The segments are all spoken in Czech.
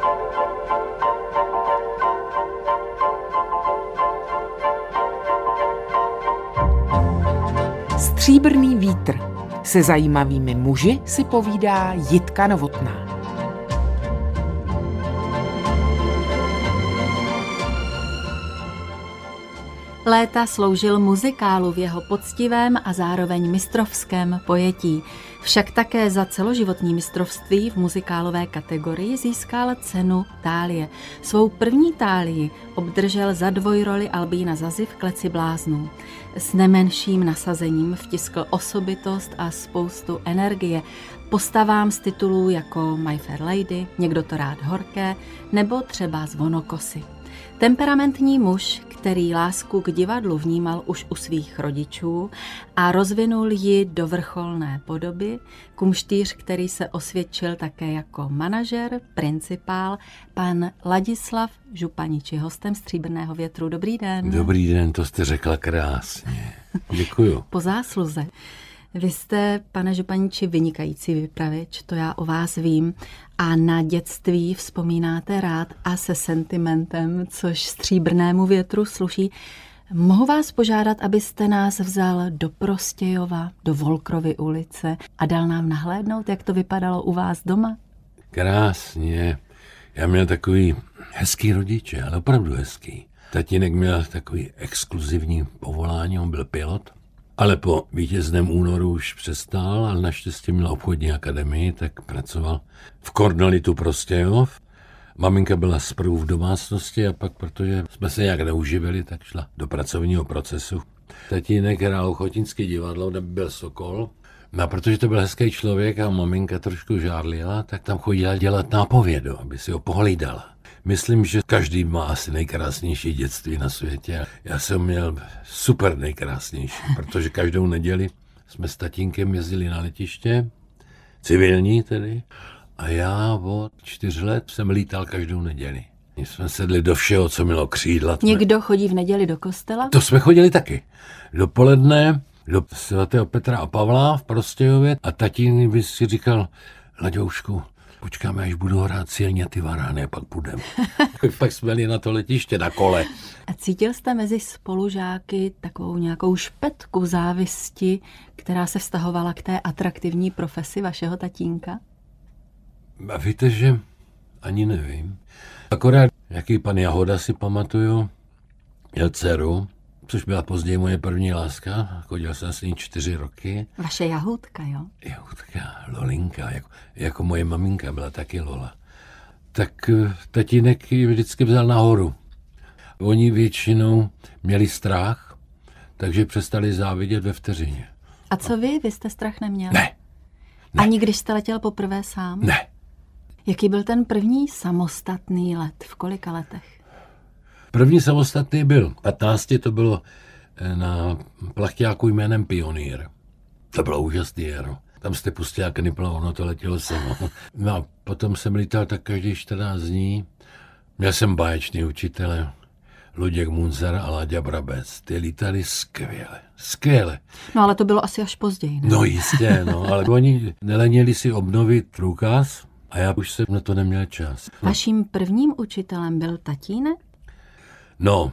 Stříbrný vítr. Se zajímavými muži si povídá Jitka Novotná. Léta sloužil muzikálu v jeho poctivém a zároveň mistrovském pojetí. Však také za celoživotní mistrovství v muzikálové kategorii získal cenu Thálie. Svou první Thálii obdržel za dvojroli Albína Zazy v Kleci bláznů. S nemenším nasazením vtiskl osobitost a spoustu energie postavám z titulů jako My Fair Lady, Někdo to rád horké nebo třeba Zvonokosy. Temperamentní muž, který lásku k divadlu vnímal už u svých rodičů a rozvinul ji do vrcholné podoby, kumštýř, který se osvědčil také jako manažer, principál, pan Ladislav Županič, hostem Stříbrného větru. Dobrý den. Dobrý den, to jste řekla krásně. Děkuju. Po zásluze. Vy jste, pane Županiči, vynikající vypravěč, to já o vás vím. A na dětství vzpomínáte rád a se sentimentem, což Stříbrnému větru sluší. Mohu vás požádat, abyste nás vzal do Prostějova, do Volkrovy ulice a dal nám nahlédnout, jak to vypadalo u vás doma? Krásně. Já měl takový hezký rodiče, ale opravdu hezký. Tatínek měl takový exkluzivní povolání, on byl pilot. Ale po vítězném únoru už přestal, ale naštěstí měl obchodní akademii, tak pracoval v Kornolitu Prostějov. Maminka byla zprvu v domácnosti a pak, protože jsme se nějak neuživili, tak šla do pracovního procesu. Tatínek hrál Ochotnické divadlo, kde byl Sokol. No a protože to byl hezký člověk a maminka trošku žárlila, tak tam chodila dělat nápovědu, aby si ho pohlídala. Myslím, že každý má asi nejkrásnější dětství na světě. Já jsem měl super nejkrásnější, protože každou neděli jsme s tatínkem jezdili na letiště, civilní tedy, a já od 4 let jsem lítal každou neděli. My jsme sedli do všeho, co mělo křídla. Někdo chodí v neděli do kostela? To jsme chodili taky. Dopoledne do svatého Petra a Pavla v Prostějově a tatín by si říkal, Laďoušku, počkáme, až budou hrát Silně ty varány a pak půjdeme. Pak jsme jeli na to letiště na kole. A cítil jste mezi spolužáky takovou nějakou špetku závisti, která se vztahovala k té atraktivní profesi vašeho tatínka? A víte, že ani nevím. Akorát, jaký pan Jahoda si pamatuju, měl dceru, což byla později moje první láska. Chodil jsem s ní 4 roky. Vaše Jahůdka, jo? Jahůdka, Lolinka, jako moje maminka byla taky Lola. Tak tatínek ji vždycky vzal nahoru. Oni většinou měli strach, takže přestali závidět ve vteřině. A co vy? Vy jste strach neměl? Ne. Ani když jste letěl poprvé sám? Ne. Jaký byl ten první samostatný let? V kolika letech? První samostatný byl 15, to bylo na plachťáku jménem Pionýr. To bylo úžasný jaro. Tam jste pustila knipla, ono to letělo samo. No a potom jsem lítal tak každý 14 dní. Měl jsem báječný učitele, Luděk Munzar a Láďa Brabec. Ty lítali skvěle, skvěle. No ale to bylo asi až později, ne? No jistě, no, ale oni nelenili si obnovit průkaz a já už jsem na to neměl čas. No. Vaším prvním učitelem byl tatínek? No,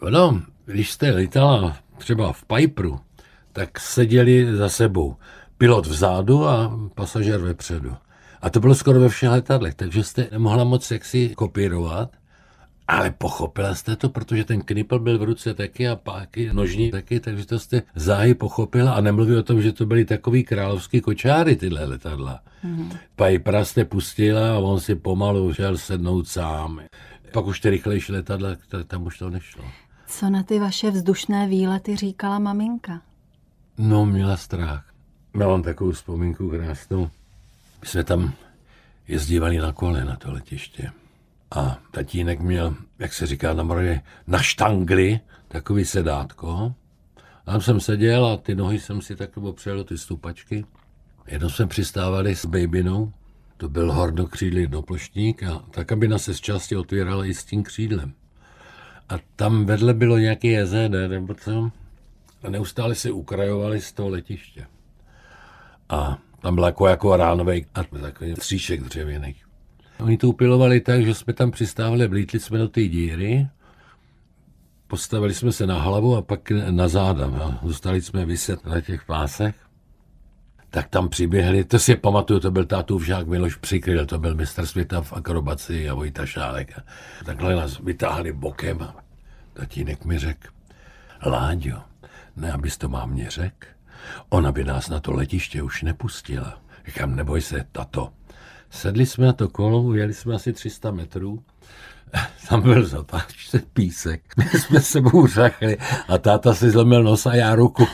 když jste lítala třeba v Piperu, tak seděli za sebou pilot vzadu a pasažér vepředu. A to bylo skoro ve všech letadlech, takže jste nemohla moc jaksi kopírovat, ale pochopila jste to, protože ten knipl byl v ruce taky a páky nožní taky, takže to jste záhy pochopila a nemluví o tom, že to byly takový královský kočáry tyhle letadla. Pipera jste pustila a on si pomalu šel sednout sám. Pak už ty rychlejší letadla, tam už to nešlo. Co na ty vaše vzdušné výlety říkala maminka? No, měla strach. Já mám takovou vzpomínku krásnou. My jsme tam jezdívali na kole na to letiště. A tatínek měl, jak se říká na Moravě, na štangli takový sedátko. A tam jsem seděl a ty nohy jsem si tak opřel, ty stupačky. Jednou jsme přistávali s babynou, to byl hornokřídlý jednoplošník a ta kabina se z části otvírala i s tím křídlem. A tam vedle bylo nějaký JZD nebo co a neustále se ukrajovali z toho letiště. A tam byl jako ránovej a takový stříšek dřevěných. Oni to upilovali tak, že jsme tam přistávali, vlítli jsme do té díry, postavili jsme se na hlavu a pak na záda. No. Zůstali jsme viset na těch pásech. Tak tam přiběhli, to si pamatuju, to byl tátův žák Miloš Přikryl, to byl mistr světa v akrobaci a Vojta Šálek. Takhle nás vytáhli bokem a tatínek mi řekl, Láďo, ne, abys to mámě řekl, ona by nás na to letiště už nepustila. Říkám, neboj se, tato. Sedli jsme na to kolo, jeli jsme asi 300 metrů, tam byl zatáčce písek, my jsme sebou řachli a táta si zlomil nos a já ruku.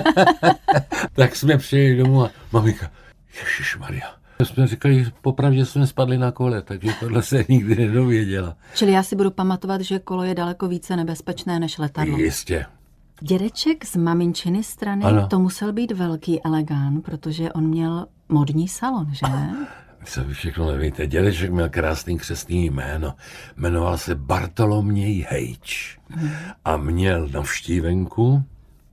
Tak jsme přijeli domů a maminka, ježišmarja. Jsme říkali, popravdě jsme spadli na kole, takže tohle se nikdy nedověděla. Čili já si budu pamatovat, že kolo je daleko více nebezpečné než letadlo. Jistě. Dědeček z maminčiny strany, ano. To musel být velký elegán, protože on měl modní salon, že? Co vy všechno nevíte. Dědeček měl krásný křestný jméno. Jmenoval se Bartoloměj Hejč. A měl navštívenku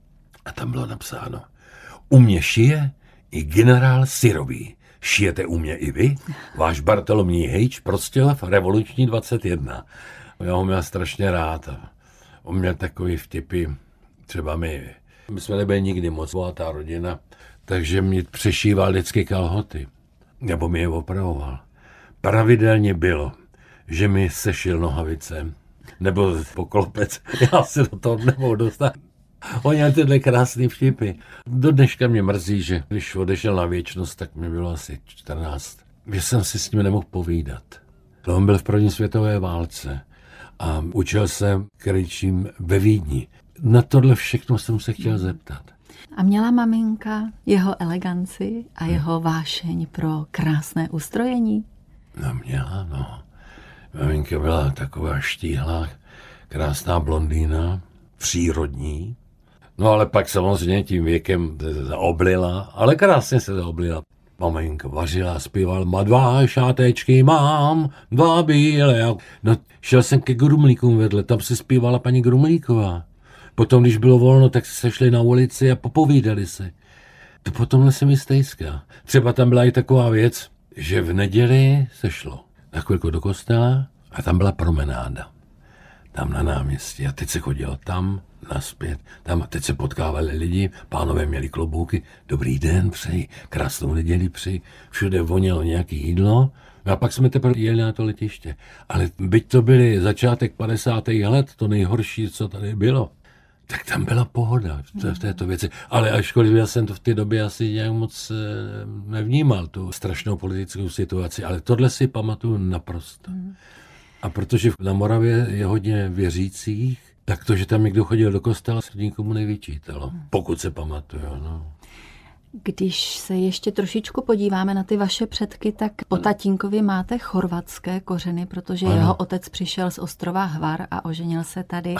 a tam bylo napsáno: u mě šije i generál Syrový. Šijete u mě i vy? Váš Bartoloměj Hejč, Prostějov, revoluční 21. Já ho měl strašně rád. On měl takový vtipy, třeba my jsme nebyli nikdy moc bohatá rodina, takže mi přešíval vždycky kalhoty. Nebo mi je opravoval. Pravidelně bylo, že mi sešil nohavice, nebo poklopec. Já se do toho nemohu dostat. On měl tyhle krásný vtipy. Do dneška mě mrzí, že když odešel na věčnost, tak mi bylo asi 14. Že jsem si s ním nemohl povídat. On byl v první světové válce a učil se kryčím ve Vídni. Na tohle všechno jsem se chtěl zeptat. A měla maminka jeho eleganci a jeho vášeň pro krásné ustrojení? No měla, no. Maminka byla taková štíhlá, krásná blondýna, přírodní. No ale pak samozřejmě tím věkem se zaoblila, ale krásně se zaoblila. Maminka vařila, zpíval, má 2 šátečky, mám 2 bílé. No šel jsem ke Grumlíkům vedle, tam se zpívala paní Grumlíková. Potom, když bylo volno, tak se šli na ulici a popovídali se. To potom jsem jistejská. Třeba tam byla i taková věc, že v neděli se šlo na chvilku do kostela a tam byla promenáda. Tam na náměstí. A teď se chodilo tam, naspět, tam a teď se potkávali lidi, pánové měli klobouky. Dobrý den, přeji, krásnou neděli přeji. Všude vonělo nějaké jídlo. A pak jsme teprve jeli na to letiště. Ale byť to byly začátek 50. let, to nejhorší, co tady bylo, tak tam byla pohoda v této věci. Ale ačkoliv já jsem to v té době asi nějak moc nevnímal, tu strašnou politickou situaci, ale tohle si pamatuju naprosto. A protože na Moravě je hodně věřících, tak to, že tam někdo chodil do kostela, se nikomu nevyčítalo, pokud se pamatuju. No. Když se ještě trošičku podíváme na ty vaše předky, tak po tatínkovi máte chorvatské kořeny, protože jeho otec přišel z ostrova Hvar a oženil se tady.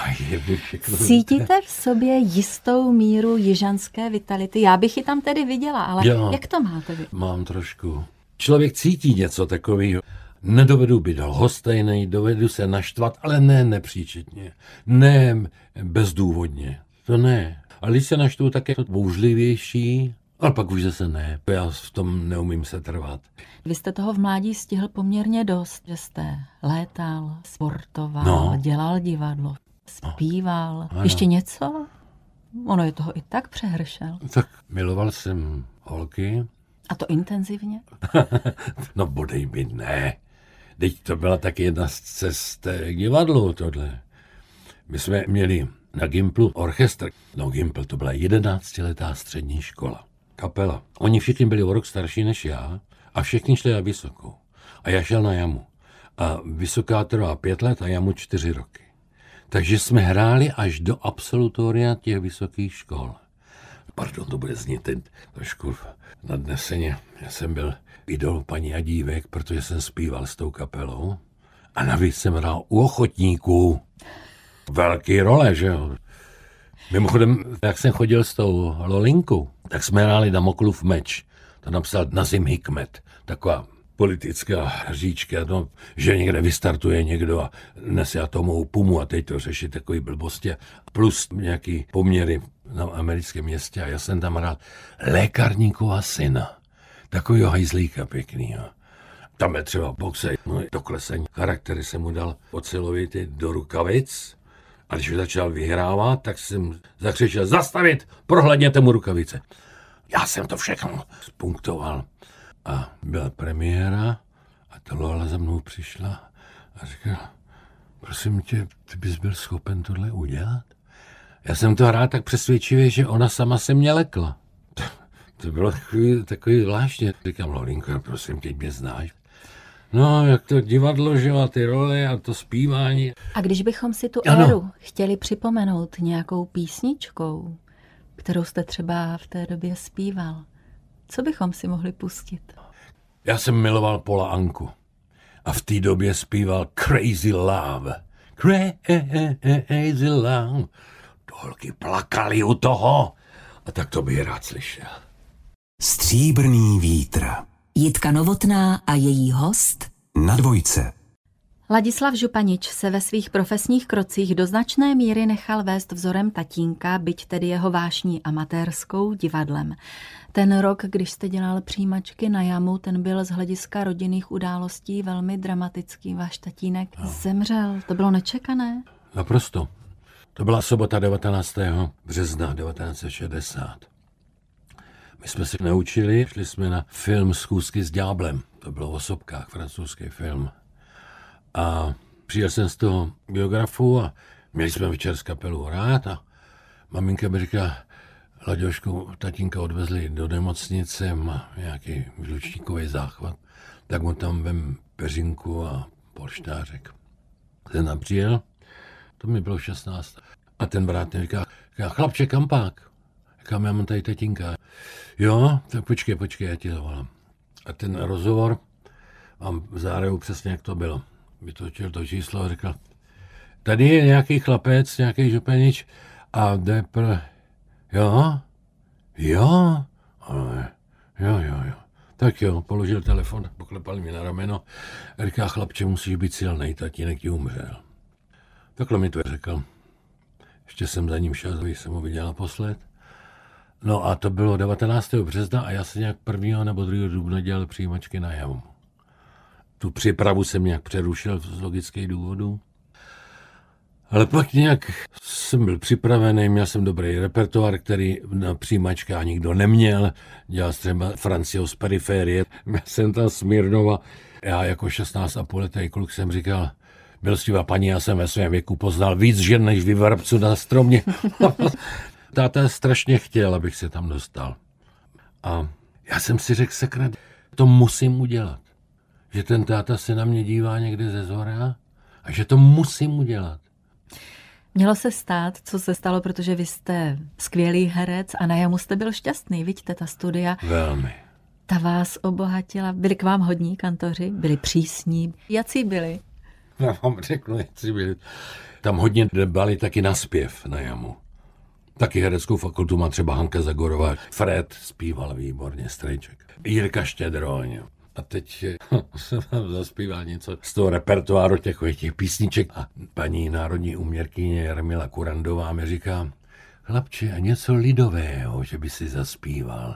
Cítíte v sobě jistou míru jižanské vitality? Já bych ji tam tedy viděla, ale jak to máte vy? Mám trošku. Člověk cítí něco takového. Nedovedu být lhostejnej, dovedu se naštvat, ale ne nepříčetně, ne bezdůvodně, to ne. Ale když se naštvu, tak je to bouřlivější, ale pak už zase ne. Já v tom neumím se trvat. Vy jste toho v mládí stihl poměrně dost, že jste létal, sportoval, dělal divadlo, zpíval. Ještě něco? Ono je toho i tak přehršel. Tak miloval jsem holky. A to intenzivně? No bodej mi ne. Teď to byla taky jedna z cest k divadlu tohle. My jsme měli na Gimplu orchestr. No Gimpl to byla 11letá střední škola. Kapela. Oni všichni byli o rok starší než já a všichni šli na vysokou. A já šel na jamu. A vysoká trvá 5 let a jamu 4 roky. Takže jsme hráli až do absolutoria těch vysokých škol. Pardon, to bude znít teď trošku nadneseně. Já jsem byl idol paní Adívek, protože jsem zpíval s tou kapelou. A navíc jsem hrál u ochotníků. Velký role, že jo. Mimochodem, jak jsem chodil s tou Lolinkou, tak jsme hráli Damoklův meč. To napsal Nazim Hikmet, taková politická hříčka, no, že někde vystartuje někdo a nese atomovou pumu a teď to řeší takový blbosti. Plus nějaký poměry na americkém městě a já jsem tam hrál lékárníkova syna. Takovýho hajzlíka pěknýho. Tam je třeba boxe, no do klesení charaktery jsem mu dal ocelovity do rukavic a když začal vyhrávat, tak jsem zakřičel zastavit, prohlédněte mu rukavice. Já jsem to všechno spunktoval. A byla premiéra a ta Lola za mnou přišla a říkala, prosím tě, ty bys byl schopen tohle udělat? Já jsem to hrál tak přesvědčivě, že ona sama se mě lekla. To bylo takový zvláštně. Říkám, Lolinko, prosím tě, mě znáš. No, jak to divadlo, že a ty role a to zpívání. A když bychom si tu éru chtěli připomenout nějakou písničkou, kterou jste třeba v té době zpíval, co bychom si mohli pustit? Já jsem miloval Paula Anku a v té době zpíval Crazy Love. Crazy Love. Holky plakali u toho a tak to bych rád slyšel. Stříbrný vítr. Jitka Novotná a její host Na Dvojce. Ladislav Županič se ve svých profesních krocích do značné míry nechal vést vzorem tatínka, byť tedy jeho vášní amatérskou divadlem. Ten rok, když jste dělal přijímačky na jamu, ten byl z hlediska rodinných událostí velmi dramatický. Váš tatínek zemřel, to bylo nečekané? Naprosto. To byla sobota 19. března 1960. My jsme se naučili, šli jsme na film Schůzky s ďáblem. To bylo o sopkách, francouzský film. A přijel jsem z toho biografu a měli jsme večer s kapelou hrát a maminka mi říkala, Laďošku, tatínka odvezli do nemocnice, má nějaký žlučníkový záchvat, tak mu tam vem peřinku a polštářek. Ten tam přijel, to mi bylo 16. A ten brat mi říká, chlapče, kampák. Říkám, já mám tady tatínka. Jo, tak počkej, já ti zavolám. A ten rozhovor mám v zárevu přesně, jak to bylo. Vytočil to číslo a říkal, tady je nějaký chlapec, nějaký Županič a jde Jo. Jo. Tak jo, položil telefon, poklepal mi na rameno a říká, chlapče, musíš být silnej, tatínek ti umřel. Takhle mi to řekl. Ještě jsem za ním šel, když jsem ho viděl naposled. No a to bylo 19. března a já jsem nějak 1. nebo 2. dubna dělal přijímačky na jamu. Tu přípravu jsem nějak přerušil z logických důvodů. Ale pak nějak jsem byl připravený, měl jsem dobrý repertoár, který na přijímačkách nikdo neměl. Dělal jsem třeba Francio z periférie, měl jsem tam Smirnova. Já jako 16,5letý kluk jsem říkal, milostivá paní, já jsem ve svém věku poznal víc žen než vy vrabců na stromě. Táta strašně chtěl, abych se tam dostal. A já jsem si řekl, sakra, to musím udělat. Že ten táta se na mě dívá někde ze zhora a že to musím udělat. Mělo se stát, co se stalo, protože vy jste skvělý herec a na jamu jste byl šťastný, vidíte ta studia. Velmi. Ta vás obohatila. Byli k vám hodní kantoři? Byli přísní? Jací byli? Já vám řeknu, jací byli. Tam hodně dbali taky na zpěv na jamu. Taky hereckou fakultu má třeba Hanka Zagorová. Fred zpíval výborně, Strejček. Jirka Štědroň. A teď jsem tam zaspíval něco z toho repertoáru těch písniček a paní národní uměrkyně Jarmila Kurandová mi říká, chlapče, a něco lidového, že by si zaspíval.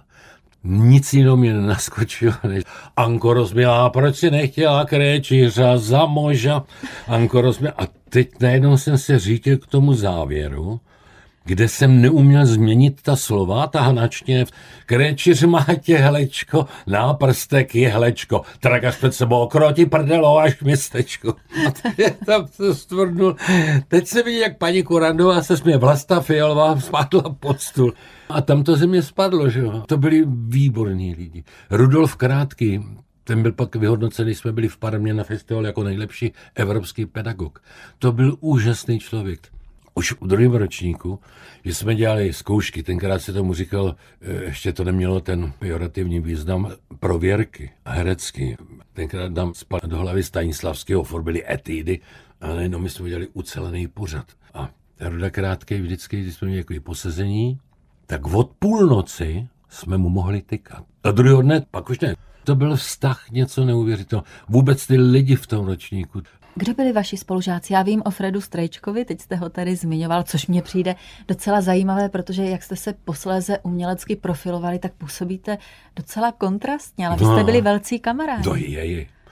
Nic jiného mě nenaskočilo, než Anko rozmělá, proč si nechtěla kréčířa za moža. Anko rozmělá. A teď najednou jsem se řítil k tomu závěru, kde jsem neuměl změnit ta slova, ta hanačně. Kréčiř má tě hlečko, náprstek je hlečko, tragaš před sebou kroti prdelo až městečko. A tam se stvrdnul. Teď se vidí, jak paní Kurandová se směje, Vlasta Fialová spadla pod stůl. A tam to ze mě spadlo, že jo. To byli výborní lidi. Rudolf Krátký, ten byl pak vyhodnocený, jsme byli v Parmě na festivalu jako nejlepší evropský pedagog. To byl úžasný člověk. Už v 2. ročníku, že jsme dělali zkoušky, tenkrát se tomu říkal, ještě to nemělo ten pejorativní význam, prověrky herecky. Tenkrát nám spal do hlavy Stanislavského, byly etídy, a najednou my jsme dělali ucelený pořad. A Ruda Krátký vždycky, když jsme měli jako posezení, tak od půlnoci jsme mu mohli tykat. A druhého dne pak už ne. To byl vztah něco neuvěřitelného. Vůbec ty lidi v tom ročníku. Kdo byli vaši spolužáci? Já vím o Fredu Strejčkovi, teď jste ho tady zmiňoval, což mně přijde docela zajímavé, protože jak jste se posléze umělecky profilovali, tak působíte docela kontrastně, ale vy jste byli velcí kamarádi. To je.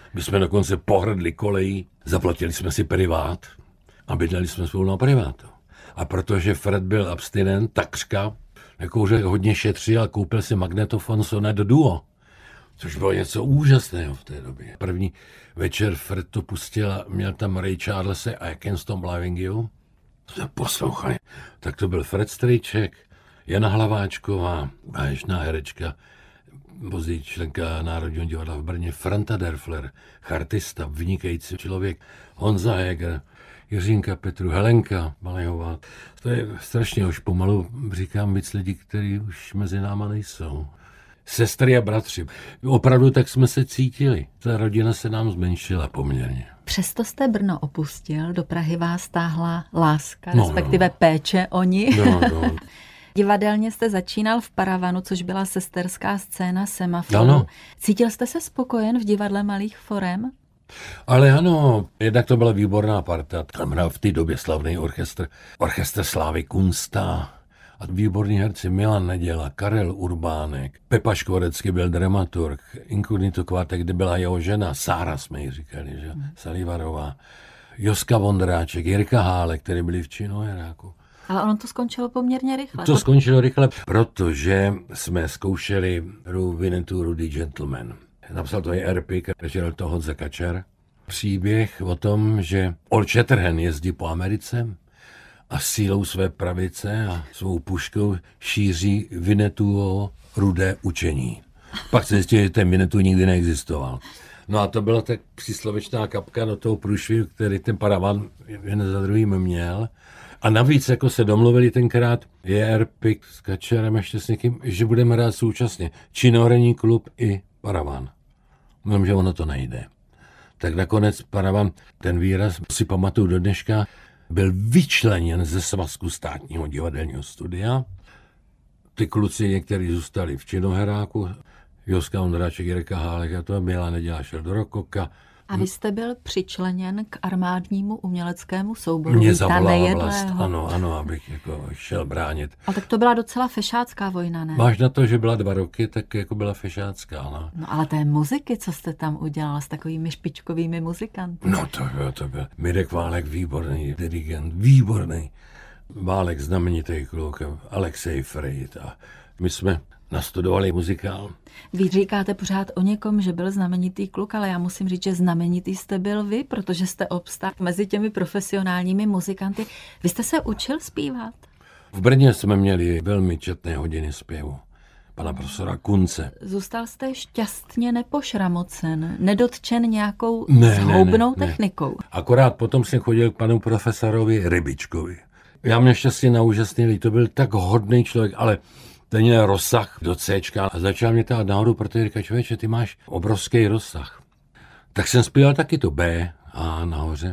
My jsme dokonce pohrdli kolejí, zaplatili jsme si privát a bydleli jsme spolu na privátu. A protože Fred byl abstinent, takřka, nekouřil, hodně šetřil a koupil si magnetofon Sonet Duo, což bylo něco úžasného v té době. První večer Fred to pustil a měl tam Ray Charlese a I Can't Stop Loving You. To jsme poslouchali. Tak to byl Fred Strejček, Jana Hlaváčková, báječná herečka, později členka Národního divadla v Brně, Franta Derfler, chartista, vynikající člověk, Honza Heger, Jiřinka Petru, Helenka Malejhová. To je strašně, už pomalu říkám víc lidí, kteří už mezi náma nejsou. Sestry a bratři. Opravdu tak jsme se cítili. Ta rodina se nám zmenšila poměrně. Přesto jste Brno opustil, do Prahy vás táhla láska, respektive péče o ní. No. Divadelně jste začínal v Paravanu, což byla sesterská scéna Semaforu. Ano. Cítil jste se spokojen v divadle malých forem? Ale ano, jednak to byla výborná parta. Tam hrál v té době slavný orchestr Slávy Kunsta a výborní herci Milan Neděla, Karel Urbánek, Pepa Škvorecký byl dramaturg, Inkognito Kvartet, kde byla jeho žena, Sára jsme ji říkali, že? Salivarová, Joska Vondráček, Jirka Hálek, který byli v Činoheráku. Ale ono to skončilo poměrně rychle. To skončilo rychle, protože jsme zkoušeli hru Winnetou Rudy Gentleman. Napsal to i Erpik, režíroval to Honza Kačer. Příběh o tom, že Old Shatterhand jezdí po Americe a sílou své pravice a svou puškou šíří Winnetouovo rudé učení. Pak se zjistilo, že ten Winnetou nikdy neexistoval. No a to byla tak příslovečná kapka do toho průšvihu, který ten Paravan jen za druhým měl. A navíc jako se domluvili tenkrát Erpik s Kačerem ještě s někým, že budeme hrát současně Činoherní klub i Paravan. Myslím, že ono to nejde. Tak nakonec Paravan, ten výraz si pamatuju do dneška, byl vyčleněn ze svazku státního divadelního studia. Ty kluci někteří zůstali v Činoheráku, Joska Ondráček, Jirka Hálek a to Milan Neděla šel do Rokoka. A vy jste byl přičleněn k armádnímu uměleckému souboru. Mě zavolala vlast, ano, abych jako šel bránit. A tak to byla docela fešácká vojna, ne? Máš na to, že byla 2 roky, tak jako byla fešácká, no. No ale té muziky, co jste tam udělal s takovými špičkovými muzikanty? No to byl Mirek Válek, výborný dirigent, výborný. Válek, znamenitý kluk, Alexej Frejt a my jsme nastudovali muzikál. Vy říkáte pořád o někom, že byl znamenitý kluk, ale já musím říct, že znamenitý jste byl vy, protože jste obstál mezi těmi profesionálními muzikanty. Vy jste se učil zpívat? V Brně jsme měli velmi četné hodiny zpěvu pana profesora Kunce. Zůstal jste šťastně nepošramocen, nedotčen nějakou Ne. zhoubnou technikou. Akorát potom jsem chodil k panu profesorovi Rybičkovi. Já měl štěstí na úžasný lidi, to byl tak hodný člověk, ale ten měl rozsah do Cčka a začal mě tahat nahoru, protože říká, člověče, ty máš obrovský rozsah. Tak jsem zpíval taky to B a nahoře.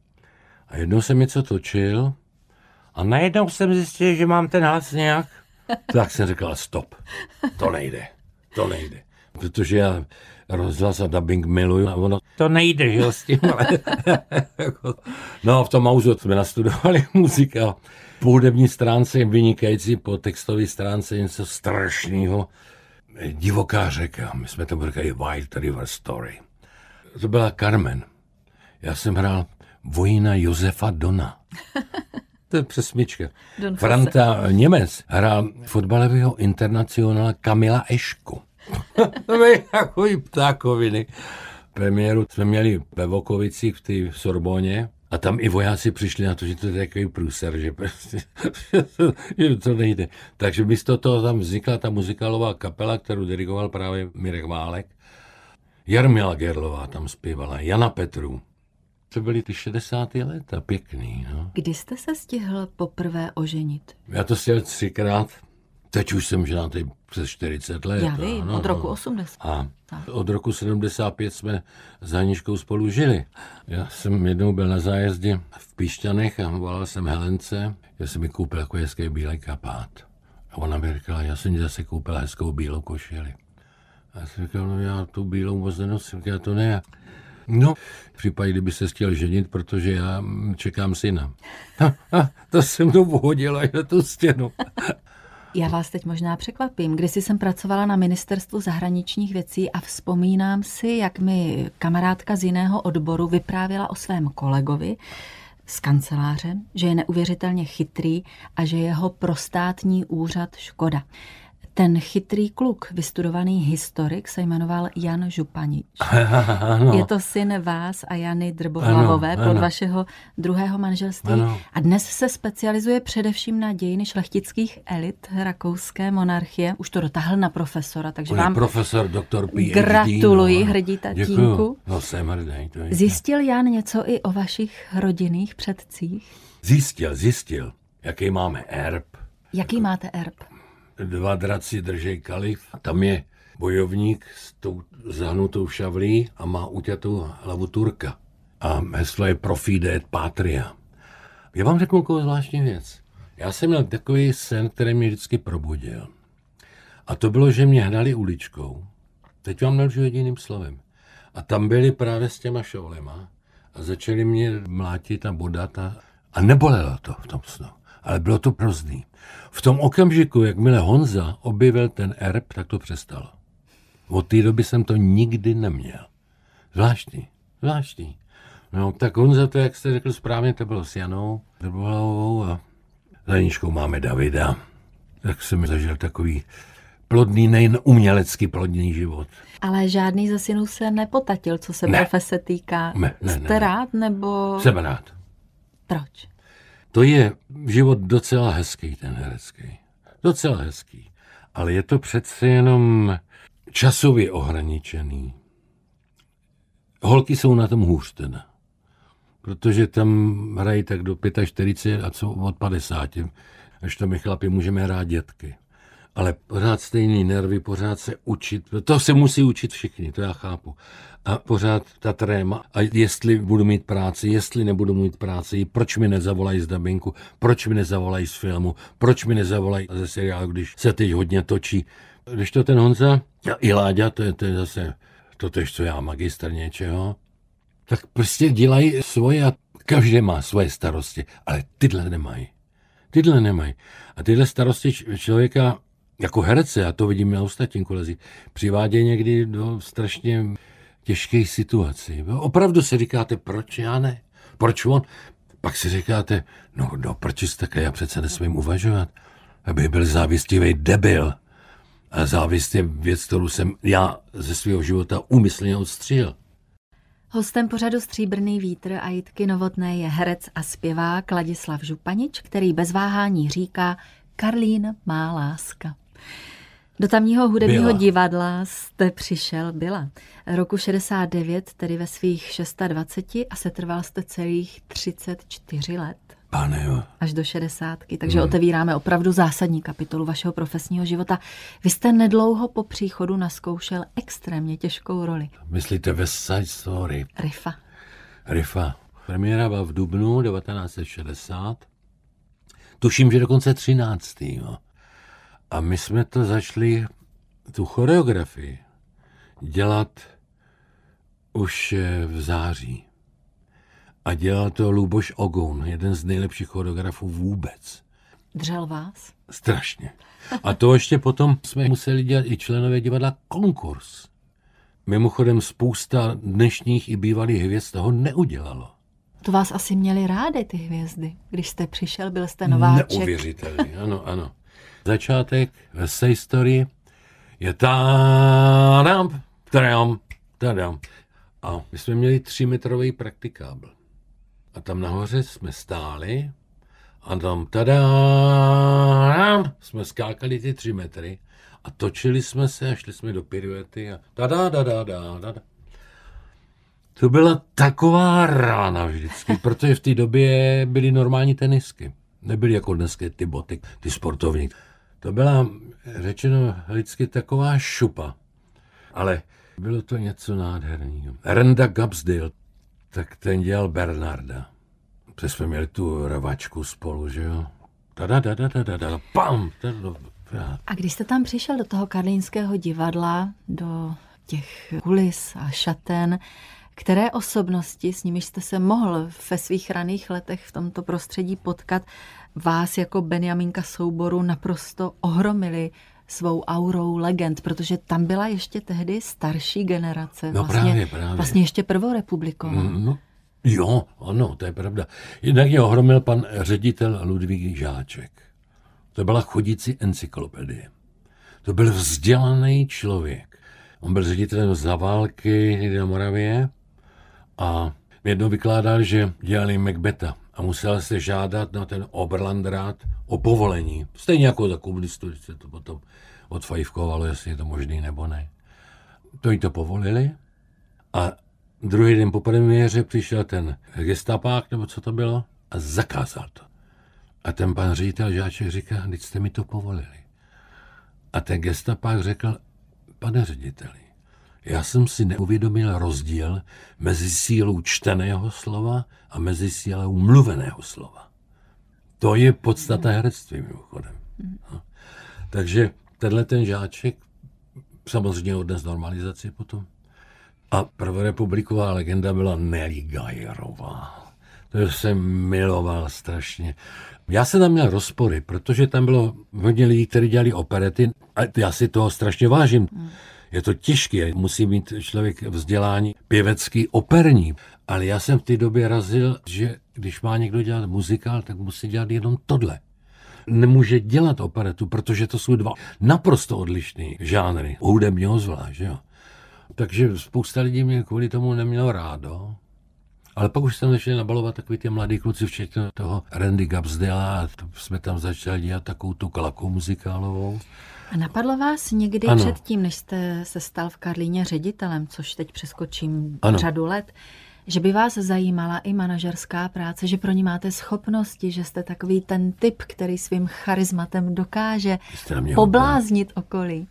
A jednou jsem něco točil a najednou jsem zjistil, že mám ten hlas nějak. Tak jsem řekl, stop, to nejde. Protože já rozhlas a dubbing miluju a ono, to nejde, že jo, s tím, ale... No a v tom Mauzu jsme nastudovali muzika. Po hudební stránce je vynikající, po textové stránce něco strašného. Divoká řeka, my jsme tomu říkali Wild River Story. To byla Carmen. Já jsem hrál vojína Josefa Dona. To je přesmička. Franta Němec hrál fotbalového internacionála Kamila Ešku. To byly takový ptákoviny. Premiéru jsme měli ve Vokovicích v té Sorbonně a tam i vojáci přišli na to, že to je takový průser, že prostě že to nejde. Takže místo toho tam vznikla ta muzikálová kapela, kterou dirigoval právě Mirek Válek. Jarmila Gerlová tam zpívala, Jana Petru. To byly ty 60. léta, pěkný. No. Kdy jste se stihl poprvé oženit? Já to chtěl 3krát. Teď už jsem ženatý přes 40 let. Já vím, od roku 80. A od roku 75 jsme s Haničkou spolu žili. Já jsem jednou byl na zájezdě v Píšťanech a volal jsem Helence, že jsem mi koupil jako hezký bílý kapát. A ona mi říkala, já jsem mi zase koupil hezkou bílou košili. A já jsem říkal, no já tu bílou moc nenosím, já to ne. No, v případě, kdyby se chtěl ženit, protože já čekám syna. To jsem to vhodil až na tu stěnu. Já vás teď možná překvapím. Kdysi jsem pracovala na Ministerstvu zahraničních věcí a vzpomínám si, jak mi kamarádka z jiného odboru vyprávěla o svém kolegovi z kanceláře, že je neuvěřitelně chytrý a že jeho pro státní úřad škoda. Ten chytrý kluk, vystudovaný historik, se jmenoval Jan Županič. Ano. Je to syn vás a Jany Drbohlavové, plod vašeho druhého manželství. Ano. A dnes se specializuje především na dějiny šlechtických elit rakouské monarchie. Už to dotáhl na profesora, takže On je vám profesor, doktor PhD. gratuluji, hrdí tatínku. Děkuju. No, jsem hrdý. Zjistil Jan něco i o vašich rodinných předcích? Zjistil, jaký máme erb. Jaký máte erb? 2 draci držej kalich. Tam je bojovník s tou zahnutou šavlí a má uťatou hlavu Turka. A heslo je Profidet Patria. Já vám řeknu takovou zvláštní věc. Já jsem měl takový sen, který mě vždycky probudil. A to bylo, že mě hnali uličkou. Teď vám nelžu jediným slovem. A tam byli právě s těma šovlema a začali mě mlátit a bodat a nebolelo to v tom snu. Ale bylo to hrozný. V tom okamžiku, jakmile Honza objevil ten erb, tak to přestalo. Od té doby jsem to nikdy neměl. Zvláštní. No, tak Honza to, jak jste řekl správně, to bylo s Janou Drbohlavovou a za Nížkou máme Davida. Tak jsem zažil takový plodný, nejen umělecky plodný život. Ale žádný ze synů se nepotatil, co se profese týká. Jste rád, nebo... Jsem rád. Proč? To je život docela hezký, ten herecký. Docela hezký. Ale je to přece jenom časově ohraničený. Holky jsou na tom hůř teda. Protože tam hrají tak do 45 a co od 50. Až to my chlapi můžeme hrát dětky. Ale pořád stejný nervy, pořád se učit. To se musí učit všichni, to já chápu. A pořád ta tréma. A jestli budu mít práci, jestli nebudu mít práci, proč mi nezavolají z dabinku, proč mi nezavolají z filmu, proč mi nezavolají ze seriálu, když se teď hodně točí. Když to ten Honza i Láďa, to je zase totež, co já, magistr něčeho, tak prostě dělají svoje a každý má svoje starosti, ale tyhle nemají. A tyhle starosti člověka jako herce, a to vidíme na ostatním kolezích, přivádí někdy do strašně těžkých situací. Opravdu si říkáte, proč já ne? Proč on? Pak si říkáte, no proč jsi takhle, já přece nesmím uvažovat. Aby byl závistivý debil. A závist je věc, kterou jsem já ze svého života úmyslně odstřihil. Hostem pořadu Stříbrný vítr a Jitky Novotné je herec a zpěvák Ladislav Županič, který bez váhání říká Karlín má láska. Do tamního hudebního divadla jste přišel, roku 69, tedy ve svých 26 a setrval jste celých 34 let. Pane jo. Až do 60. Takže otevíráme opravdu zásadní kapitolu vašeho profesního života. Vy jste nedlouho po příchodu nazkoušel extrémně těžkou roli. Myslíte West Side Story? Riffa. Premiéra byla v dubnu 1960. Tuším, že dokonce 13. Jo. A my jsme to začali, tu choreografii, dělat už v září. A dělal to Luboš Ogoun, jeden z nejlepších choreografů vůbec. Držel vás? Strašně. A to ještě potom jsme museli dělat i členové divadla konkurs. Mimochodem spousta dnešních i bývalých hvězd toho neudělalo. To vás asi měli rády ty hvězdy. Když jste přišel, byl jste nováček. Neuvěřitelný, ano. Začátek West Side Story je tadam. A my jsme měli 3metrový praktikábl. A tam nahoře jsme stáli a tam tadam, jsme skákali ty 3 metry a točili jsme se a šli jsme do piruety a tada. To byla taková rána vždycky, protože v té době byly normální tenisky. Nebyly jako dneska ty boty, ty sportovní. To byla, řečeno lidsky, taková šupa. Ale bylo to něco nádherného. Randa Gabsdale, tak ten dělal Bernarda. Protože jsme měli tu rvačku spolu, že jo. Pam! A když jste tam přišel do toho karlínského divadla, do těch kulis a šaten, Které osobnosti, s nimiž jste se mohl ve svých raných letech v tomto prostředí potkat, vás jako Benjamínka souboru naprosto ohromili svou aurou legend, protože tam byla ještě tehdy starší generace. No právě. Vlastně ještě prvorepubliková. No, jo, ano, to je pravda. Jednak mě ohromil pan ředitel Ludvík Žáček. To byla chodící encyklopedie. To byl vzdělaný člověk. On byl ředitelem za války někde na Moravě a jednou vykládal, že dělali Macbetha a musel se žádat na ten Oberlandrat o povolení. Stejně jako za komunistů, když se to potom odfajfkovalo, jestli je to možný nebo ne. To jí to povolili a druhý den po premiéře přišel ten gestapák, nebo co to bylo, a zakázal to. A ten pan ředitel Žáček říká, teď jste mi to povolili. A ten gestapák řekl, pane řediteli, já jsem si neuvědomil rozdíl mezi sílou čteného slova a mezi sílou mluveného slova. To je podstata herectví mimochodem. No. Takže tenhle ten Žáček samozřejmě odnes normalizaci potom. A prvorepubliková legenda byla Nelly Gajerová. To jsem miloval strašně. Já jsem tam měl rozpory, protože tam bylo hodně lidí, kteří dělali operety a já si toho strašně vážím. Je to těžké, musí mít člověk vzdělání pěvecký, operní. Ale já jsem v té době razil, že když má někdo dělat muzikál, tak musí dělat jenom tohle. Nemůže dělat operetu, protože to jsou dva naprosto odlišný žánry. Hudebního zvlášť, jo. Takže spousta lidí mě kvůli tomu nemělo rádo. Ale pak už jsem začal nabalovat takový ty mladý kluci, včetně toho Randy Gabsdela, a jsme tam začali dělat takovou tu klaku muzikálovou. A napadlo vás někdy předtím, než jste se stal v Karlíně ředitelem, což teď přeskočím řadu let, že by vás zajímala i manažerská práce, že pro ní máte schopnosti, že jste takový ten typ, který svým charizmatem dokáže pobláznit okolí?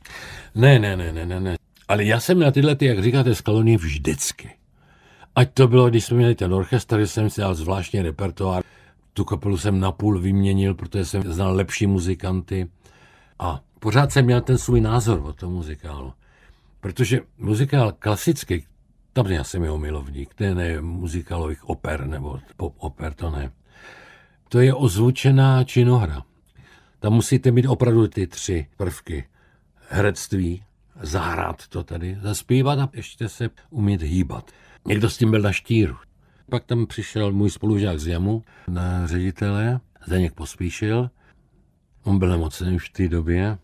Ne. Ale já jsem na tyhle, jak říkáte, skloný vždycky. Ať to bylo, když jsme měli ten orchestr, že jsem si dal zvláštní repertoár. Tu kapelu jsem napůl vyměnil, protože jsem znal lepší muzikanty. A pořád jsem měl ten svůj názor o tom muzikálu. Protože muzikál klasický, tam já jsem jeho milovník, to ne muzikálových oper nebo pop oper, to ne. To je ozvučená činohra. Tam musíte mít opravdu ty 3 prvky. Herectví, zahrát to tady, zaspívat a ještě se umět hýbat. Někdo s tím byl na štíru. Pak tam přišel můj spolužák z JAMu na ředitele, Zdeněk Pospíšil. On byl nemocný už v té době.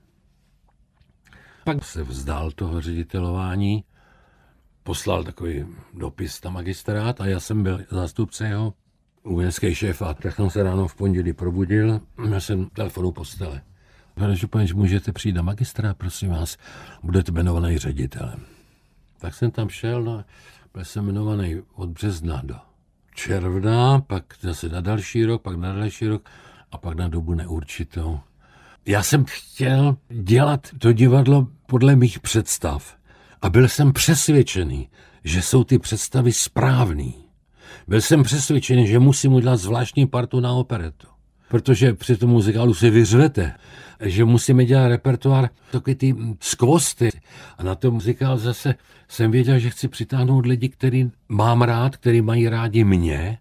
Pak se vzdal toho ředitelování, poslal takový dopis na magistrát a já jsem byl zástupce jeho vojenský šéf a tak jsem se ráno v pondělí probudil, já jsem telefonu postele. Pane Županě, můžete přijít na magistrát, prosím vás, budete jmenovaný ředitelem. Tak jsem tam šel, no, byl jsem jmenovaný od března do června, pak zase na další rok, pak na další rok a pak na dobu neurčitou. Já jsem chtěl dělat to divadlo podle mých představ a byl jsem přesvědčený, že jsou ty představy správný. Byl jsem přesvědčený, že musím udělat zvláštní partu na operetu, protože při tom muzikálu si vyřvete, že musíme dělat repertoár takový ty skvosty. A na tom muzikál zase jsem věděl, že chci přitáhnout lidi, který mám rád, který mají rádi mě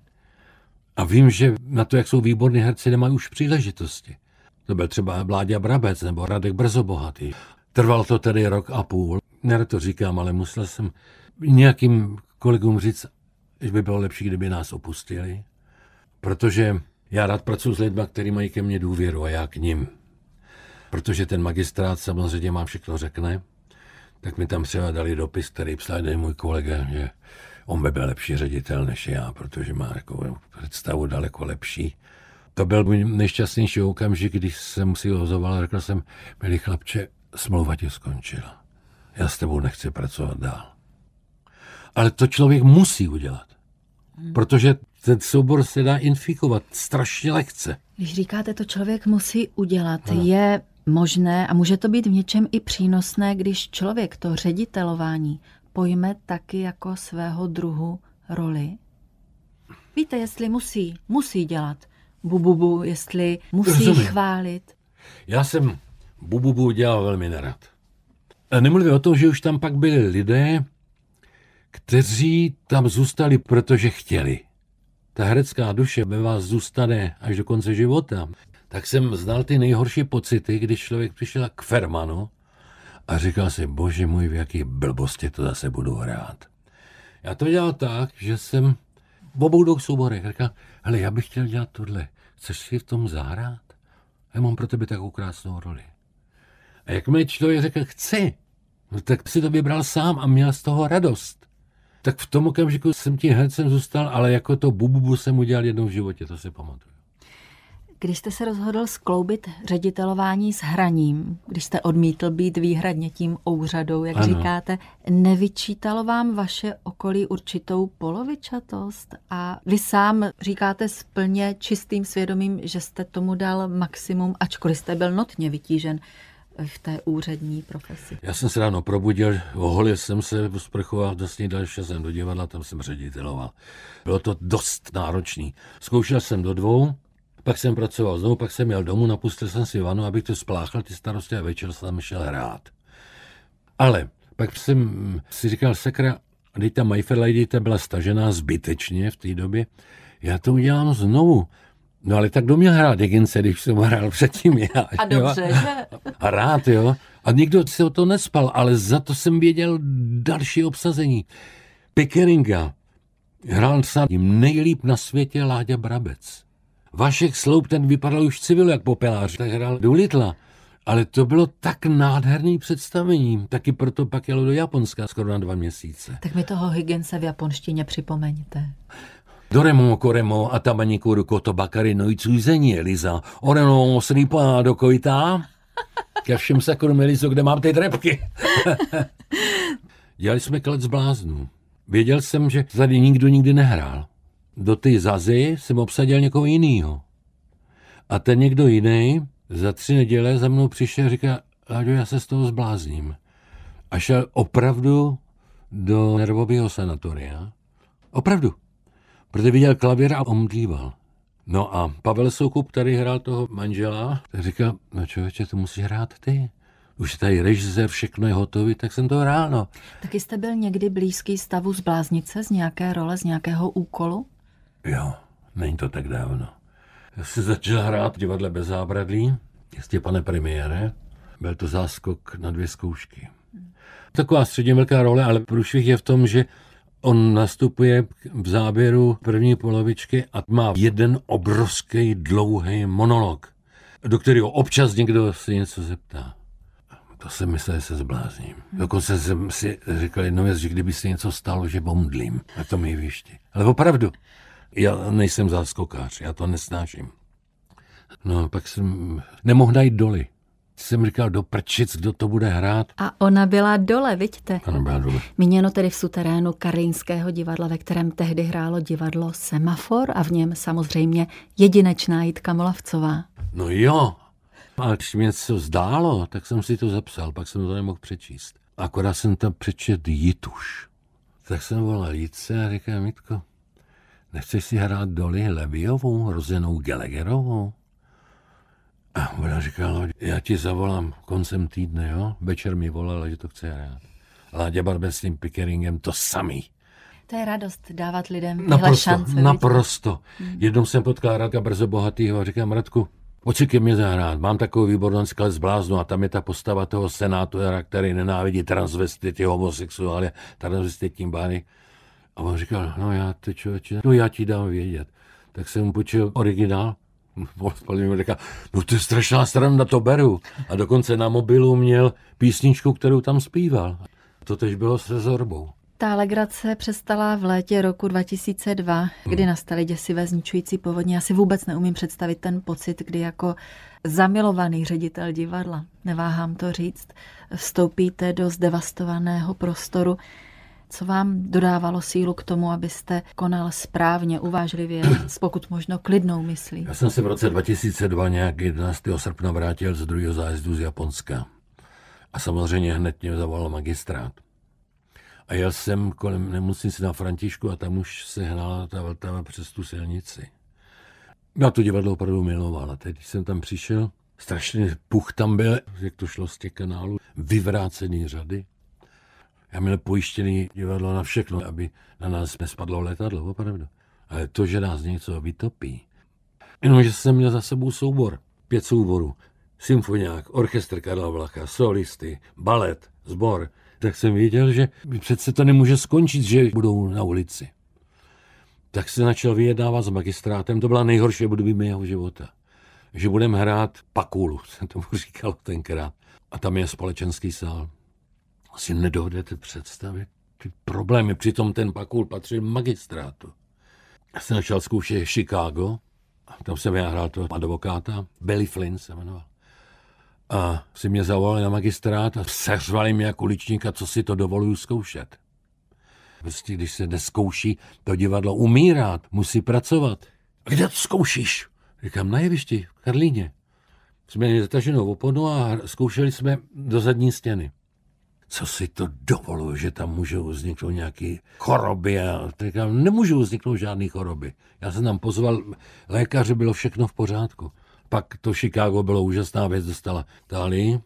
a vím, že na to, jak jsou výborní herci, nemají už příležitosti. To byl třeba Vláďa Brabec nebo Radek Brzobohatý. Trval to tedy 1,5 roku. Nerad to říkám, ale musel jsem nějakým kolegům říct, že by bylo lepší, kdyby nás opustili. Protože já rád pracuji s lidmi, kteří mají ke mně důvěru a já k nim. Protože ten magistrát samozřejmě mám všechno řekne, tak mi tam třeba dali dopis, který psal můj kolega, že on by byl lepší ředitel než já, protože má takovou představu daleko lepší. To byl můj nejšťastnější okamžik, když jsem si ho ozval, řekl jsem, milý chlapče, smlouva tě skončila. Já s tebou nechci pracovat dál. Ale to člověk musí udělat, protože ten soubor se dá infikovat strašně lehce. Když říkáte, to člověk musí udělat, je možné a může to být v něčem i přínosné, když člověk to ředitelování pojme taky jako svého druhu roli? Víte, jestli musí dělat bububu, jestli musí chválit. Já jsem bububu dělal velmi nerad. A nemluvím o tom, že už tam pak byli lidé, kteří tam zůstali, protože chtěli. Ta herecká duše ve vás zůstane až do konce života. Tak jsem znal ty nejhorší pocity, když člověk přišel k Fermanu a říkal si, bože můj, v jaký blbosti to zase budu hrát. Já to dělal tak, že jsem v obou dvou souborech říkal, hele, já bych chtěl dělat tohle, chceš si v tom zahrát? Já mám pro tebe takovou krásnou roli. A jakmile člověk řekl, chci, no tak si to vybral sám a měl z toho radost. Tak v tom okamžiku jsem tím hercem zůstal, ale jako to bububu jsem udělal jednou v životě, to si pamatuju. Když jste se rozhodl skloubit ředitelování s hraním, když jste odmítl být výhradně tím ouřadou, jak říkáte, nevyčítalo vám vaše okolí určitou polovičatost? A vy sám říkáte s plně čistým svědomím, že jste tomu dal maximum, ačkoliv jste byl notně vytížen v té úřední profesi. Já jsem se ráno probudil, oholil jsem se, sprchoval do snídani, šel jsem do divadla, tam jsem řediteloval. Bylo to dost náročný. Zkoušel jsem do 2, pak jsem pracoval znovu, pak jsem jel domů, napustil jsem si vanu, abych to spláchal ty starosti a večer jsem šel hrát. Ale pak jsem si říkal, sakra, teď ta My Fair Lady ta byla stažená zbytečně v té době, já to udělám znovu. No ale tak kdo měl hrát Dickinse, když jsem hrál předtím já. A dobře, jo? že? A rád, jo. A nikdo si o to nespal, ale za to jsem věděl další obsazení. Pickeringa hrál snad nejlíp na světě Láďa Brabec. Vašek Sloup, ten vypadal už civil jak popelář, tak hrál Doolittla. Ale to bylo tak nádherný představení. Taky proto pak jelo do Japonska skoro na 2 měsíce. Tak mi toho Higginse v japonštině připomeňte. Doremo, koremo, atama nikuru koto bakary noicuzení, Eliza. Oreno sripa do kojita. Ke všem sakurum, Elizo, kde mám ty trepky? Dělali jsme Klec bláznů. Věděl jsem, že tady nikdo nikdy nehrál. Do té Zazy jsem obsadil někoho jinýho. A ten někdo jiný za 3 neděle za mnou přišel a říká, Láďo, já se z toho zblázním. A šel opravdu do nervového sanatoria. Opravdu. Protože viděl klavír a omdlíval. No a Pavel Soukup, který hrál toho manžela, tak říkal, no člověče, to musíš hrát ty. Už tady režisér, všechno je hotový, tak jsem to hrál, no. Taky jste byl někdy blízký stavu zbláznit se z nějaké role, z nějakého úkolu? Jo, není to tak dávno. Já jsem začal hrát v Divadle bez zábradlí, jistě pane premiére. Byl to záskok na 2 zkoušky. Taková středně velká role, ale průšvih je v tom, že on nastupuje v záběru první polovičky a má jeden obrovský dlouhý monolog, do kterého občas někdo si něco zeptá. To jsem myslel, že se zblázním. Dokonce jsem si říkal jednou věc, že kdyby se něco stalo, že bomdlím na tom jevišti. Ale opravdu, já nejsem záskokář, já to nesnáším. No, pak jsem nemohl najít doly. Jsem říkal, do prčic, kdo to bude hrát. A ona byla dole, vidíte? Ona byla dole. Míněno tedy v suterénu Karlínského divadla, ve kterém tehdy hrálo divadlo Semafor a v něm samozřejmě jedinečná Jitka Molavcová. No jo, a když mě něco zdálo, tak jsem si to zapsal, pak jsem to nemohl přečíst. Akorát jsem tam přečet Jituš. Tak jsem volal Jitce a říkám, Jitko, nechceš si hrát Dolly Levyovou, rozenou Gallagherovou? A ona říkala, já ti zavolám koncem týdne, jo? Večer mi volala, že to chce hrát. Láďa Brabec s tím Pickeringem to samý. To je radost dávat lidem tyhle šance. Naprosto. Jednou jsem potkal Radka Brzo Bohatýho a říkám, Radku, pojď si ke mně zahrát. Mám takovou výbornou Klec bláznů a tam je ta postava toho senátora, který nenávidí transvestity, homosexuály, transvestitní bány. A on říkal, no já, ty člověče, no já ti dám vědět. Tak jsem mu půjčil originál. Mi říkal, no to je strašná sranda, to beru. A dokonce na mobilu měl písničku, kterou tam zpíval. To tež bylo se Zorbou. Ta legrace přestala v létě roku 2002, kdy nastaly děsivé zničující povodně. Já si vůbec neumím představit ten pocit, kdy jako zamilovaný ředitel divadla, neváhám to říct, vstoupíte do zdevastovaného prostoru. Co vám dodávalo sílu k tomu, abyste konal správně, uvážlivě, s pokud možno klidnou myslí? Já jsem se v roce 2002 nějak 11. srpna vrátil z 2. zájezdu z Japonska. A samozřejmě hned mě zavolal magistrát. A jel jsem kolem nemocnice na Františku a tam už se hnala ta Vltava přes tu silnici. Já to divadlo opravdu miloval. A teď, když jsem tam přišel, strašný puch tam byl, jak to šlo z těch kanálů, vyvrácený řady. Já měl pojištěný divadlo na všechno, aby na nás nespadlo letadlo, opravdu. Ale to, že nás něco vytopí. Jenomže jsem měl za sebou soubor. 5 souborů. Symfoniák, orchestr Karla Vlacha, solisty, balet, sbor. Tak jsem věděl, že přece to nemůže skončit, že budou na ulici. Tak se začal vyjednávat s magistrátem. To byla nejhorší období mého života. Že budeme hrát Pakulu, se tomu říkalo tenkrát. A tam je společenský sál. Si nedovedete představit ty problémy. Přitom ten Pakul patřil magistrátu. Já jsem začal zkoušet Chicago. Tam jsem já hrál toho advokáta. Billy Flynn se jmenoval. A si mě zavolali na magistrát a seřvali mě jako uličníka, co si to dovoluju zkoušet. Prostě když se neskouší, to divadlo umírá, musí pracovat. A kde to zkoušíš? Říkám, na jevišti, v Karlíně. Jsme měli zataženou oponu a zkoušeli jsme do zadní stěny. Co si to dovoluju, že tam můžou vzniknout nějaké choroby? A říkám, nemůžou vzniknout žádné choroby. Já jsem tam pozval lékaře, bylo všechno v pořádku. Pak to Chicago bylo úžasná věc, dostala Itálii.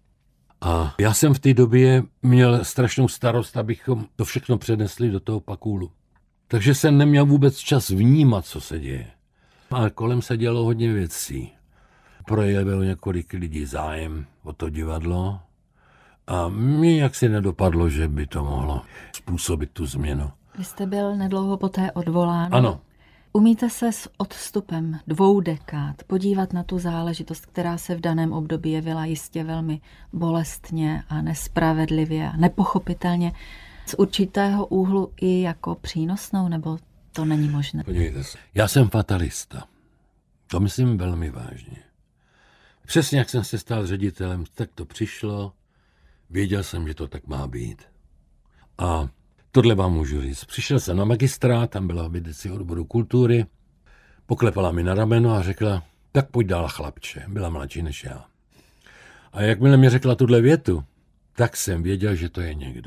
A já jsem v té době měl strašnou starost, abychom to všechno přenesli do toho Pakulu. Takže jsem neměl vůbec čas vnímat, co se děje. A kolem se dělo hodně věcí. Projevilo několik lidí zájem o to divadlo a mně jaksi nedopadlo, že by to mohlo způsobit tu změnu. Vy jste byl nedlouho poté odvolán. Ano. Umíte se s odstupem 2 dekád podívat na tu záležitost, která se v daném období jevila jistě velmi bolestně a nespravedlivě a nepochopitelně, z určitého úhlu i jako přínosnou, nebo to není možné? Podívejte se, já jsem fatalista. To myslím velmi vážně. Přesně jak jsem se stal ředitelem, tak to přišlo. Věděl jsem, že to tak má být. A tohle vám můžu říct. Přišel jsem na magistrát, tam byla vedoucí odboru kultury, poklepala mi na rameno a řekla, tak pojď dál, chlapče. Byla mladší než já. A jakmile mi řekla tuhle větu, tak jsem věděl, že to je někde.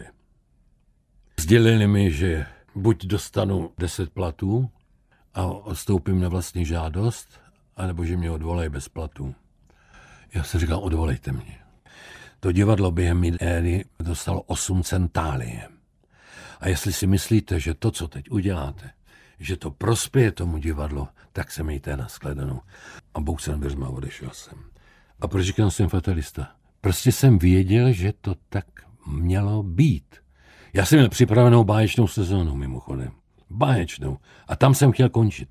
Sdělili mi, že buď dostanu 10 platů a odstoupím na vlastní žádost, anebo že mě odvolají bez platů. Já jsem říkal, odvolejte mě. To divadlo během mé éry dostalo 8 centálie. A jestli si myslíte, že to, co teď uděláte, že to prospěje tomu divadlu, tak se mějte na shledanou. A Bůh se dveřma, odešel jsem. A proč říkám, jsem fatalista? Prostě jsem věděl, že to tak mělo být. Já jsem měl připravenou báječnou sezónu, mimochodem. Báječnou. A tam jsem chtěl končit.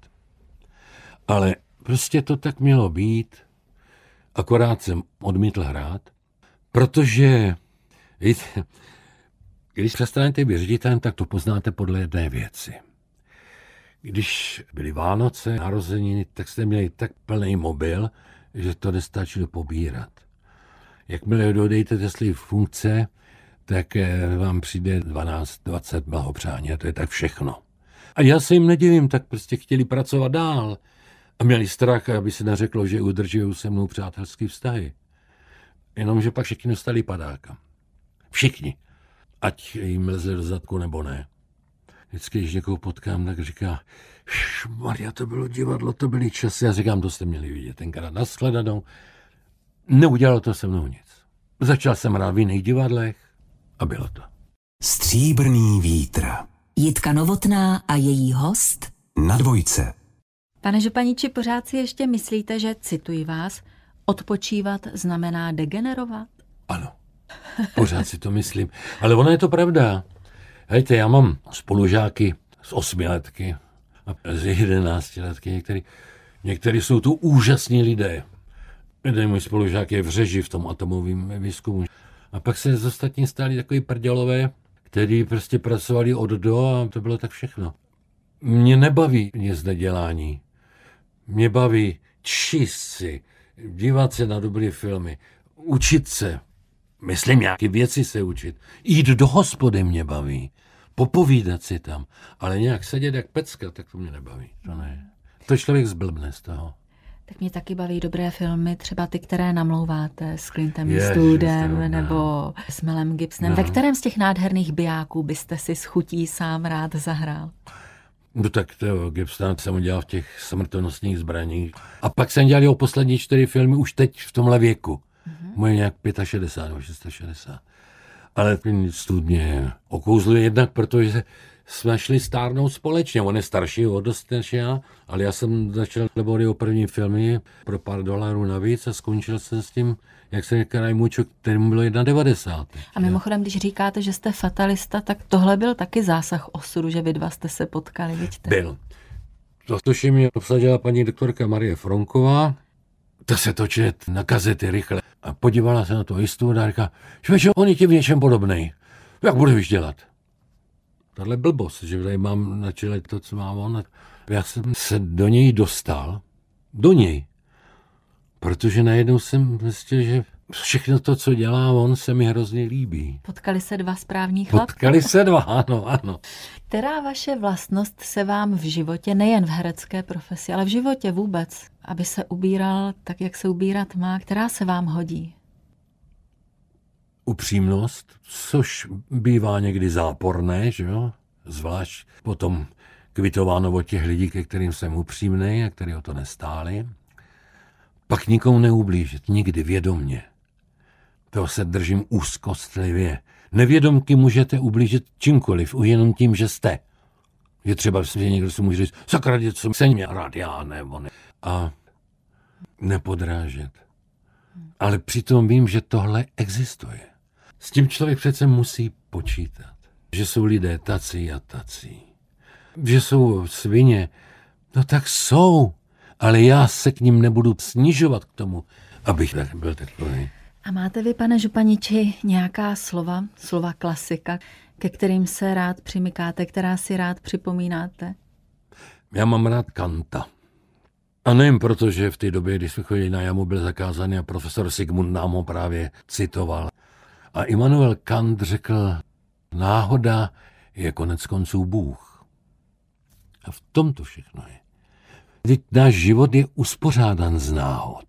Ale prostě to tak mělo být. Akorát jsem odmítl hrát, protože, víte, když přestanete být ředitelem, tak to poznáte podle jedné věci. Když byly Vánoce, narozeniny, tak jste měli tak plný mobil, že to nestačilo pobírat. Jakmile dojdete ze své funkce, tak vám přijde 12-20 blahopřání a to je tak všechno. A já se jim nedivím, tak prostě chtěli pracovat dál a měli strach, aby se neřeklo, že udržují se mnou přátelský vztahy. Jenomže pak všichni dostali padáka. Všichni. Ať jim leze do zadku nebo ne. Vždycky, když někoho potkám, tak říká, Maria, to bylo divadlo, to byly časy. Já říkám, to jste měli vidět tenkrát nashledanou. Neudělalo to se mnou nic. Začal jsem hrát v jiných divadlech a bylo to. Stříbrný vítr. Jitka Novotná a její host Na Dvojce. Pane županiči, pořád si ještě myslíte, že, cituji vás, odpočívat znamená degenerovat? Ano, pořád si to myslím. Ale ono je to pravda. Hejte, já mám spolužáky z 8letky a z 11letky. Někteří jsou tu úžasní lidé. Jeden můj spolužák je v Řeži v tom atomovém výzkumu. A pak se z ostatní stali takový prdělové, kteří prostě pracovali od do a to bylo tak všechno. Mě nebaví nic nedělání. Mě baví číst si, dívat se na dobré filmy, učit se. Myslím, nějaké věci se učit. Jít do hospody mě baví. Popovídat si tam. Ale nějak sedět jak pecka, tak to mě nebaví. To ne. To člověk zblbne z toho. Tak mě taky baví dobré filmy, třeba ty, které namlouváte s Clintem Eastwoodem nebo s Melem Gibsonem. No. Ve kterém z těch nádherných bijáků byste si s chutí sám rád zahrál? No tak to Gibsona jsem udělal v těch smrtonosných zbraních. A pak jsem dělal jeho poslední 4 filmy už teď v tomhle věku. Moje nějak 65 nebo 660. Ale ten stud mě okouzluje jednak, protože jsme šli stárnout společně. On je starší o dost než já, ale já jsem začal o první filmy pro pár $, navíc a skončil jsem s tím, jak se říká Rajmučo, kterému bylo 91. A mimochodem, když říkáte, že jste fatalista, tak tohle byl taky zásah osudu, že vy dva jste se potkali, vidíte? Byl. To tuším mě obsadila paní doktorka Marie Fronková. To se točí na kazety rychle. A podívala se na to jistou a říká, že on je ti v něčem podobnej. Jak budeš dělat? Tahle blbost, že tady mám na čele to, co má on. Já jsem se do něj dostal. Do něj. Protože najednou jsem zjistil, že všechno to, co dělá on, se mi hrozně líbí. Potkali se dva správní chlapci. Potkali se dva, ano. Která vaše vlastnost se vám v životě, nejen v herecké profesi, ale v životě vůbec, aby se ubíral tak, jak se ubírat má, která se vám hodí? Upřímnost, což bývá někdy záporné, že jo? Zvlášť potom kvitováno od těch lidí, ke kterým jsem upřímnej a který o to nestáli. Pak nikomu neublížit, nikdy vědomně. Toho se držím úzkostlivě. Nevědomky můžete ublížit čímkoliv, jenom tím, že jste. Je třeba, že někdo si může říct, sakra, něco se mě rád, já nebo ne. A nepodrážet. Ale přitom vím, že tohle existuje. S tím člověk přece musí počítat. Že jsou lidé tací a tací. Že jsou svině. No tak jsou. Ale já se k ním nebudu snižovat k tomu, abych tak byl takový. A máte vy, pane Županiči, nějaká slova klasika, ke kterým se rád přimykáte, která si rád připomínáte? Já mám rád Kanta. A nevím, protože v té době, když jsme chodili na jamu, byl zakázaný a profesor Sigmund nám ho právě citoval. A Immanuel Kant řekl, náhoda je konec konců Bůh. A v tom to všechno je. Vždyť náš život je uspořádan z náhod.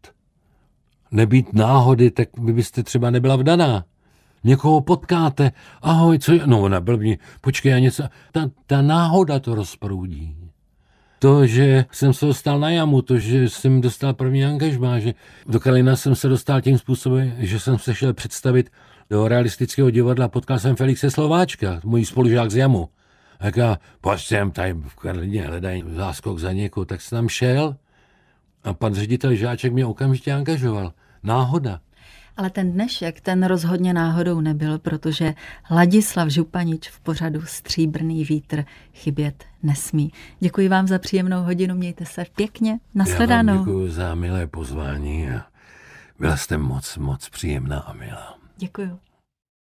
Nebýt náhody, tak by byste třeba nebyla vdaná. Někoho potkáte, ahoj, co je? No, neblbni, počkej, já něco. Ta náhoda to rozproudí. To, že jsem se dostal na jamu, to, že jsem dostal první angažmá, že do Karlina jsem se dostal tím způsobem, že jsem se šel představit do realistického divadla, potkal jsem Felixe Slováčka, můj spolužák z jamu. A říká, pojď sem, tady v Karlině hledají záskok za někoho, tak jsem tam šel a pan ředitel Žáček mě okamžitě angažoval. Náhoda. Ale ten dnešek, ten rozhodně náhodou nebyl, protože Ladislav Županič v pořadu Stříbrný vítr chybět nesmí. Děkuji vám za příjemnou hodinu, mějte se pěkně, nashledanou. Já vám děkuji za milé pozvání a byla jste moc příjemná a milá. Děkuji.